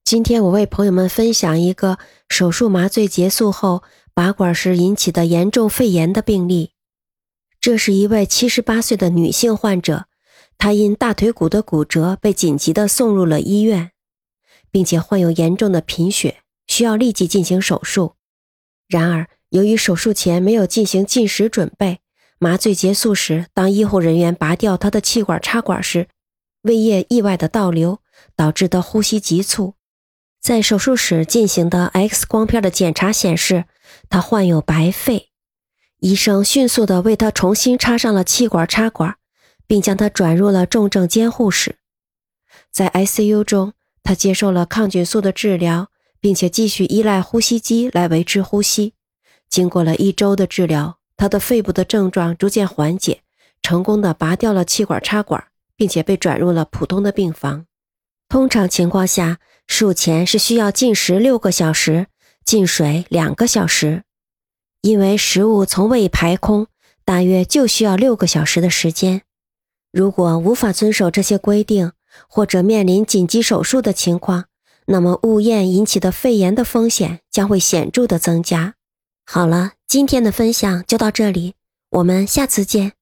今天我为朋友们分享一个手术麻醉结束后拔管时引起的严重肺炎的病例。这是一位78岁的女性患者，她因大腿骨的骨折被紧急地送入了医院，并且患有严重的贫血，需要立即进行手术。然而，由于手术前没有进行进食准备，麻醉结束时，当医护人员拔掉她的气管插管时，胃液意外的倒流，导致她呼吸急促。在手术室进行的 X 光片的检查显示，她患有白肺。医生迅速地为她重新插上了气管插管，并将她转入了重症监护室。在 ICU 中，她接受了抗菌素的治疗，并且继续依赖呼吸机来维持呼吸。经过了1周的治疗，她的肺部的症状逐渐缓解，成功地拔掉了气管插管，并且被转入了普通的病房。通常情况下，术前是需要进食6个小时，进水2个小时。因为食物从胃排空，大约就需要6个小时的时间。如果无法遵守这些规定，或者面临紧急手术的情况，那么误咽引起的肺炎的风险将会显著的增加。好了，今天的分享就到这里，我们下次见。